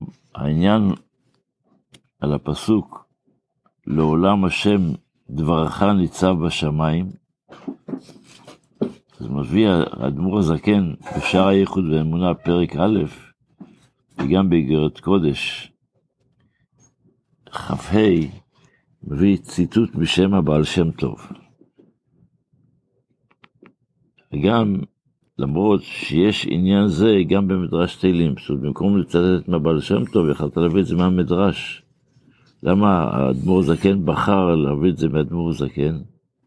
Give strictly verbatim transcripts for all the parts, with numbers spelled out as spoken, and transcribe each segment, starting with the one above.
העניין על הפסוק, לעולם השם דברך ניצב בשמיים, אז מביא האדמו"ר הזקן בשער הייחוד והאמונה פרק א', וגם באיגרת קודש כ"ה, מביא ציטוט בשם הבעל שם טוב. וגם למרות שיש עניין זה גם במדרש תהילים, זאת אומרת, במקום לצטט מהבעל שם טוב, יכלת להביא את זה מהמדרש. למה האדמו"ר הזקן בחר להביא את זה מהאדמו"ר הזקן?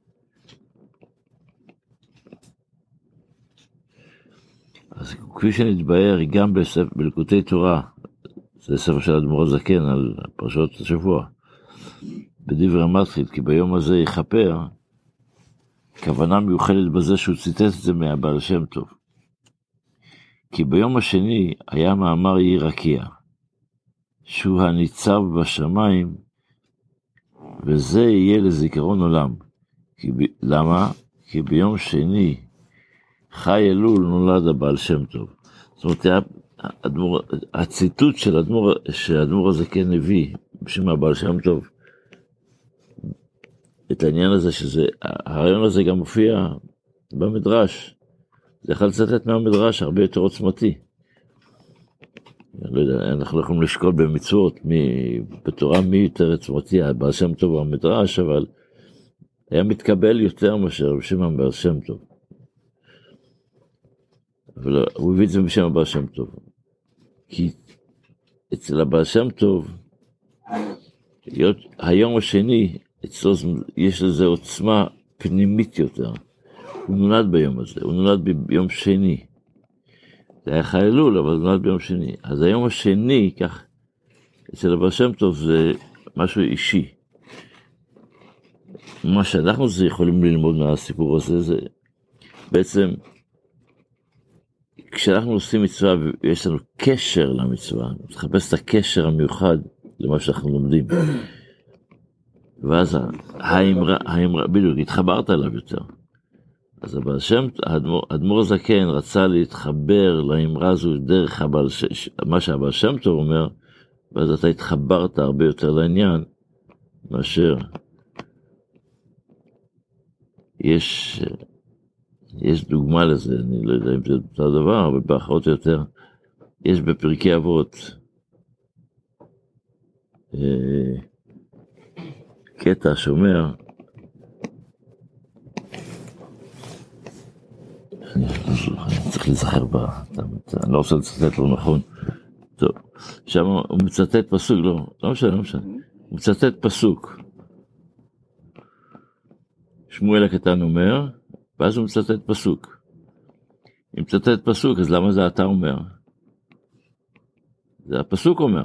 אז כפי שנתבהר גם בספר, בליקוטי תורה, זה ספר של האדמו"ר הזקן על פרשות השבוע, בדברי המתחיל, כי ביום הזה יכפר, כוונה מיוחדת בזה שהוא ציטט את זה מהבעל שם טוב. כי ביום השני היה מאמר יהי רקיע, שהוא הניצב בשמיים, וזה יהיה לזיכרון עולם. כי ב... למה? כי ביום שני חי אלול נולד הבעל שם טוב. זאת אומרת, הדמור, הציטוט של הדמור, שהאדמו"ר הזקן הביא בשם הבעל שם טוב, את העניין הזה, שזה, הרעיון הזה גם מופיע במדרש. זה יכול לצטט מהמדרש הרבה יותר עוצמתי. אני לא יודע, אנחנו לא יכולים לשקול במצוות, מי, בתורה מי יותר עוצמתי, הבעל שם טוב במדרש, אבל היה מתקבל יותר מאשר בשם הבעל שם טוב. אבל הוא הביא את זה בשם הבעל שם טוב. כי אצל הבעל שם טוב, היום השני, אצלו יש לזה עוצמה פנימית יותר. הוא נולד ביום הזה, הוא נולד ביום שני. זה היה חי אלול, אבל הוא נולד ביום שני. אז היום השני, כך, אצל הבעל שם טוב זה משהו אישי. מה שאנחנו זה יכולים ללמוד מהסיפור הזה, זה בעצם, כשאנחנו עושים מצווה ויש לנו קשר למצווה, לחפש את הקשר המיוחד למה שאנחנו לומדים. ואז האמרה, האמרה, בדיוק, התחברת אליו יותר. אז הבעל שם, האדמו"ר הזקן רצה להתחבר לאמרה הזו דרך הבעל, מה שהבעל שם טוב אומר, ואז אתה התחברת הרבה יותר לעניין, מאשר יש, יש דוגמה לזה, אני לא יודע אם זה אותו דבר, אבל באחרות יותר, יש בפרקי אבות, קטע שאומר, אני צריך להיזכר בה, אני לא רוצה לצטט לא נכון. טוב, שם הוא מצטט פסוק, לא, לא משנה, לא משנה. הוא מצטט פסוק. שמואל הקטן אומר, ואז הוא מצטט פסוק. אם מצטט פסוק, אז למה זה אתה אומר? זה הפסוק אומר.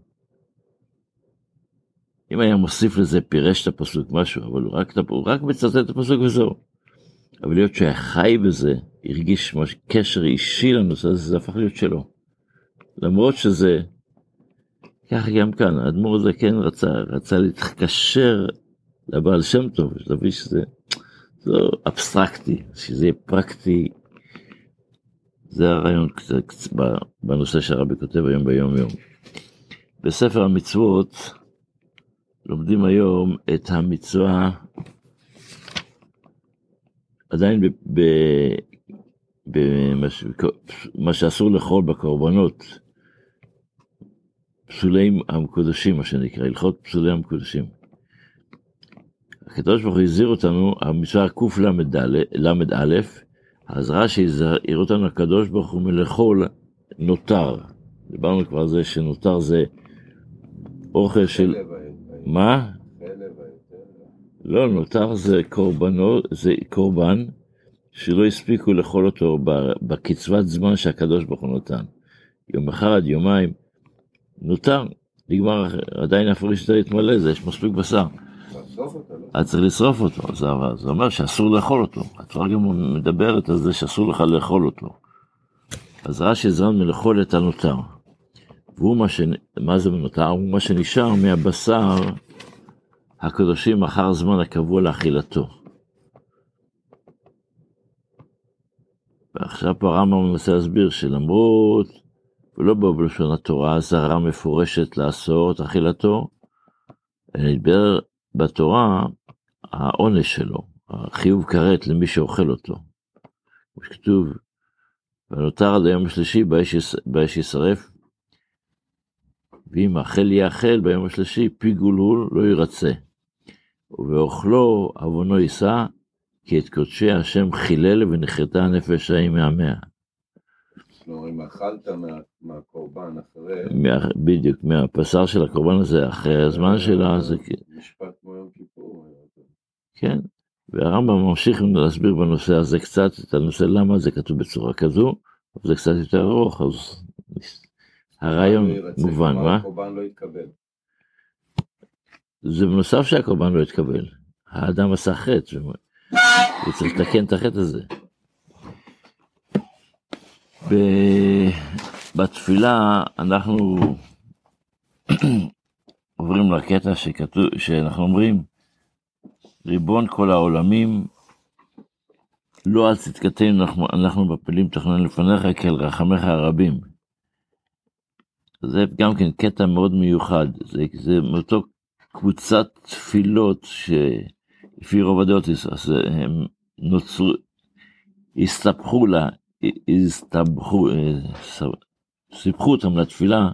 אם היה מוסיף לזה, פירש את הפסוק משהו, אבל הוא רק, הוא רק מצטט את הפסוק וזהו. אבל להיות שהיה חי בזה, הרגיש משהו, קשר אישי לנושא הזה, זה הפך להיות שלו. למרות שזה, ככה גם כאן, האדמו"ר הזה כן רצה, רצה להתקשר לבעל שם טוב, להביא שזה, זה לא אבסטרקטי, שזה יהיה פרקטי, זה הרעיון קצת בנושא שהרבי כותב היום ביום יום. בספר המצוות, לומדים היום את המצווה, עדיין במה שאסור לאכול בקורבנות, פסולי המקודשים, מה שנקרא, הלכות פסולי המקודשים. הקדוש ברוך הוא הזהיר אותנו, המצווה קוף למד א', העזרה שהזהיר אותנו הקדוש ברוך הוא מלאכול נותר. דיברנו כבר על זה שנותר זה אוכל של... מה? לא, נותר זה קורבנו, זה קורבן שלא הספיקו לאכול אותו בקצבת זמן שהקדוש ברוך הוא נותן. יום אחד, יומיים, נותר, נגמר, עדיין הפריש להתמלא, זה יש מספיק בשר. אז צריך לשרוף אותו, זה אומר שאסור לאכול אותו. התורה גם מדברת על זה שאסור לך לאכול אותו. אז רש"י זמן מלאכול את הנותר. והוא מה ש... מה זה נותר? הוא מה שנשאר מהבשר הקדושים אחר הזמן הקבוע לאכילתו. ועכשיו פה הרמב"ם מנסה להסביר שלמרות ולא בו בלשון התורה, זרה מפורשת לאסור את אכילתו, נדבר בתורה העונש שלו, החיוב כרת למי שאוכל אותו. כמו שכתוב, ונותר עד היום השלישי באש ישרף, ואם אכל יאכל ביום השלישי, פי גולגול לא ירצה, ובאוכלו עוונו יישא, כי את קודשי השם חילל ונחרטה הנפש ההיא מהמאה. כלומר, אם אכלת מהקורבן אחרי... בדיוק, מהבשר של הקורבן הזה, אחרי הזמן שלה, זה... משפט כמו יום כיפור. כן, והרמב"ם ממשיך להסביר בנושא הזה קצת, את הנושא למה זה כתוב בצורה כזו, אבל זה קצת יותר ארוך, אז הרעיון מובן, מה? הקורבן לא יתקבל. זה בנוסף שהקורבן לא יתקבל. האדם עשה חטא, הוא צריך לתקן את החטא הזה. בתפילה אנחנו עוברים לקטע שכתוב, שאנחנו אומרים, ריבון כל העולמים, לא על צדקתנו אנחנו, אנחנו בפלים תכנן לפניך, כאל רחמך הרבים. זה גם כן קטע מאוד מיוחד, זה, זה מאותו קבוצת תפילות שלפי רוב הדעות הם נוצרו, הסתבכו לה, הסתבכו, סיפחו אותם לתפילה,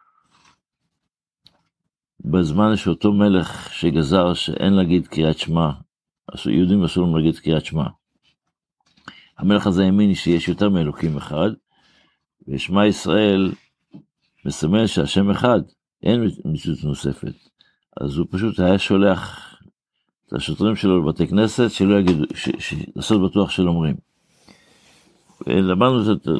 בזמן שאותו מלך שגזר שאין להגיד קריאת שמע, יהודים אסור להם להגיד קריאת שמע. המלך הזה האמין שיש יותר מאלוקים אחד, ושמע ישראל מסמל שהשם אחד, אין מציאות נוספת. אז הוא פשוט היה שולח את השוטרים שלו לבתי כנסת, שלא יגידו, ש, ש, לעשות בטוח של אומרים. ולמדנו את...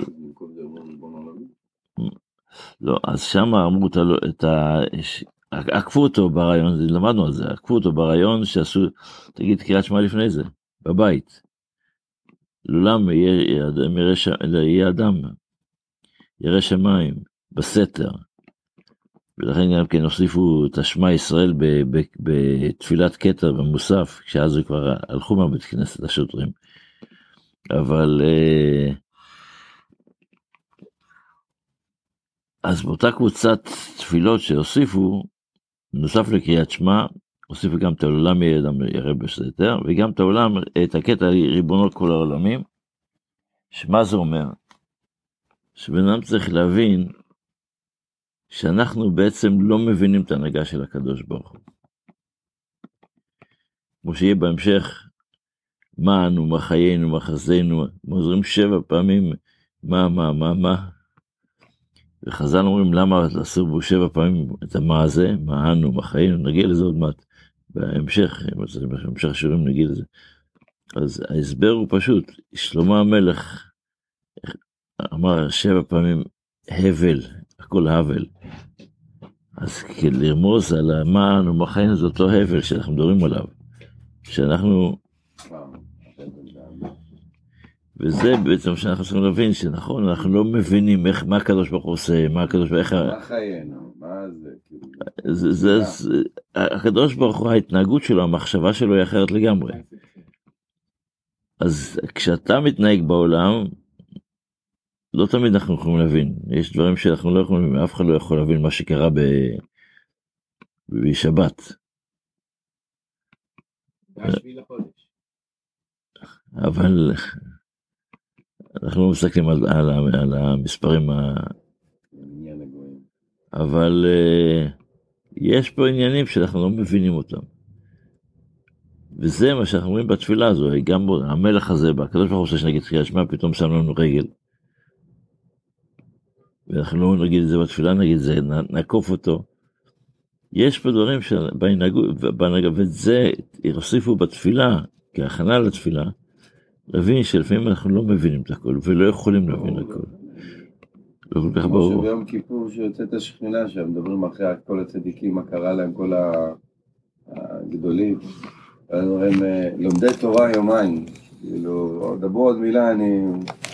לא, אז שם אמרו את ה... עקפו אותו ברעיון, למדנו על זה, עקפו אותו ברעיון שעשו, תגיד קריאת שמע לפני זה, בבית. לולם יהיה אדם, ירא שמיים, בסתר. ולכן גם כן הוסיפו את השמע ישראל בתפילת קטע במוסף, כשאז כבר הלכו מהבית כנסת השוטרים. אבל... אז באותה קבוצת תפילות שהוסיפו, נוסף לקריאת שמע, הוסיפו גם את העולם ירא בסתר, וגם את העולם, את הקטע ריבונות כל העולמים, שמה זה אומר? שבן אדם צריך להבין, שאנחנו בעצם לא מבינים את ההנהגה של הקדוש ברוך הוא. כמו שיהיה בהמשך, מה אנו, מה חיינו, מה חזינו, מוזרים שבע פעמים, מה, מה, מה, מה, וחז"ל אומרים למה לעשות בו שבע פעמים את המה הזה, מה אנו, מה חיינו, נגיע לזה עוד מעט, בהמשך, בהמשך השיעורים נגיע לזה. אז ההסבר הוא פשוט, שלמה המלך אמר שבע פעמים הבל, הכל הבל. אז לרמוז על מה אנו, מה חיינו, זה אותו הבל שאנחנו מדברים עליו, שאנחנו... וזה בעצם שאנחנו צריכים להבין שנכון, אנחנו לא מבינים איך, מה הקדוש ברוך הוא עושה, מה הקדוש ברוך הוא... מה חיינו? מה זה? זה, זה, זה, הקדוש ברוך הוא, ההתנהגות שלו, המחשבה שלו היא אחרת לגמרי. אז כשאתה מתנהג בעולם, לא תמיד אנחנו יכולים להבין. יש דברים שאנחנו לא יכולים להבין, אף אחד לא יכול להבין מה שקרה ב... בשבת. אבל... אנחנו לא מסתכלים על, על, על המספרים, ה... אבל uh, יש פה עניינים שאנחנו לא מבינים אותם. וזה מה שאנחנו אומרים בתפילה הזו, גם בו, המלך הזה, בקדוש ברוך הוא עושה שנגיד קריאת שמע, פתאום שם לנו רגל. ואנחנו לא נגיד את זה בתפילה, נגיד את זה, נעקוף אותו. יש פה דברים שבהנהגות, ואת זה יוסיפו בתפילה, כהכנה לתפילה, להבין שלפעמים אנחנו לא מבינים את הכל, ולא יכולים להבין הכל. לא כל כך ברור. כמו שביום כיפור שיוצאת השכינה שם, מדברים אחרי כל הצדיקים, מה קרה להם, כל הגדולים. הם לומדי תורה יומיים. כאילו, דברו עוד מילה, אני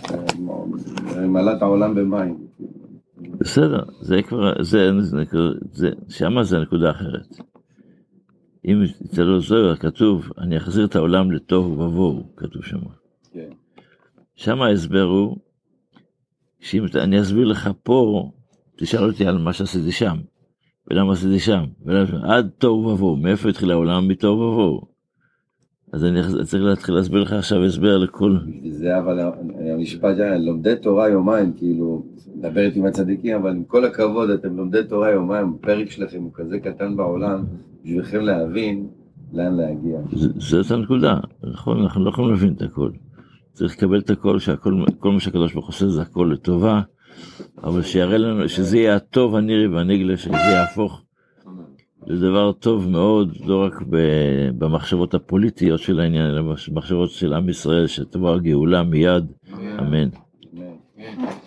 מעלת העולם במים. בסדר, זה כבר, זה, זה, שמה זה נקודה אחרת. אם אצל הזוהר כתוב, אני אחזיר את העולם לתוהו ובוהו, כתוב שם. כן. שם ההסבר הוא, שאם אני אסביר לך פה, תשאל אותי על מה שעשיתי שם, ולמה עשיתי שם, ולמה, עד תוהו ובוהו, מאיפה התחיל העולם? מתוהו ובוהו. אז אני צריך להתחיל להסביר לך עכשיו הסבר לכל... זה אבל המשפט, לומדי תורה יומיים, כאילו, מדבר איתי עם הצדיקים, אבל עם כל הכבוד, אתם לומדי תורה יומיים, הפרק שלכם הוא כזה קטן בעולם, בשבילכם להבין לאן להגיע. זאת הנקודה, נכון, אנחנו לא יכולים להבין את הכל. צריך לקבל את הכל, שהכל, כל מה שהקדוש ברוך הוא עושה זה הכל לטובה, אבל שיראה לנו, שזה יהיה הטוב הנירי והנגלה, שזה יהפוך לדבר טוב מאוד, לא רק במחשבות הפוליטיות של העניין, אלא במחשבות של עם ישראל, שתבוא הגאולה מיד, אמן.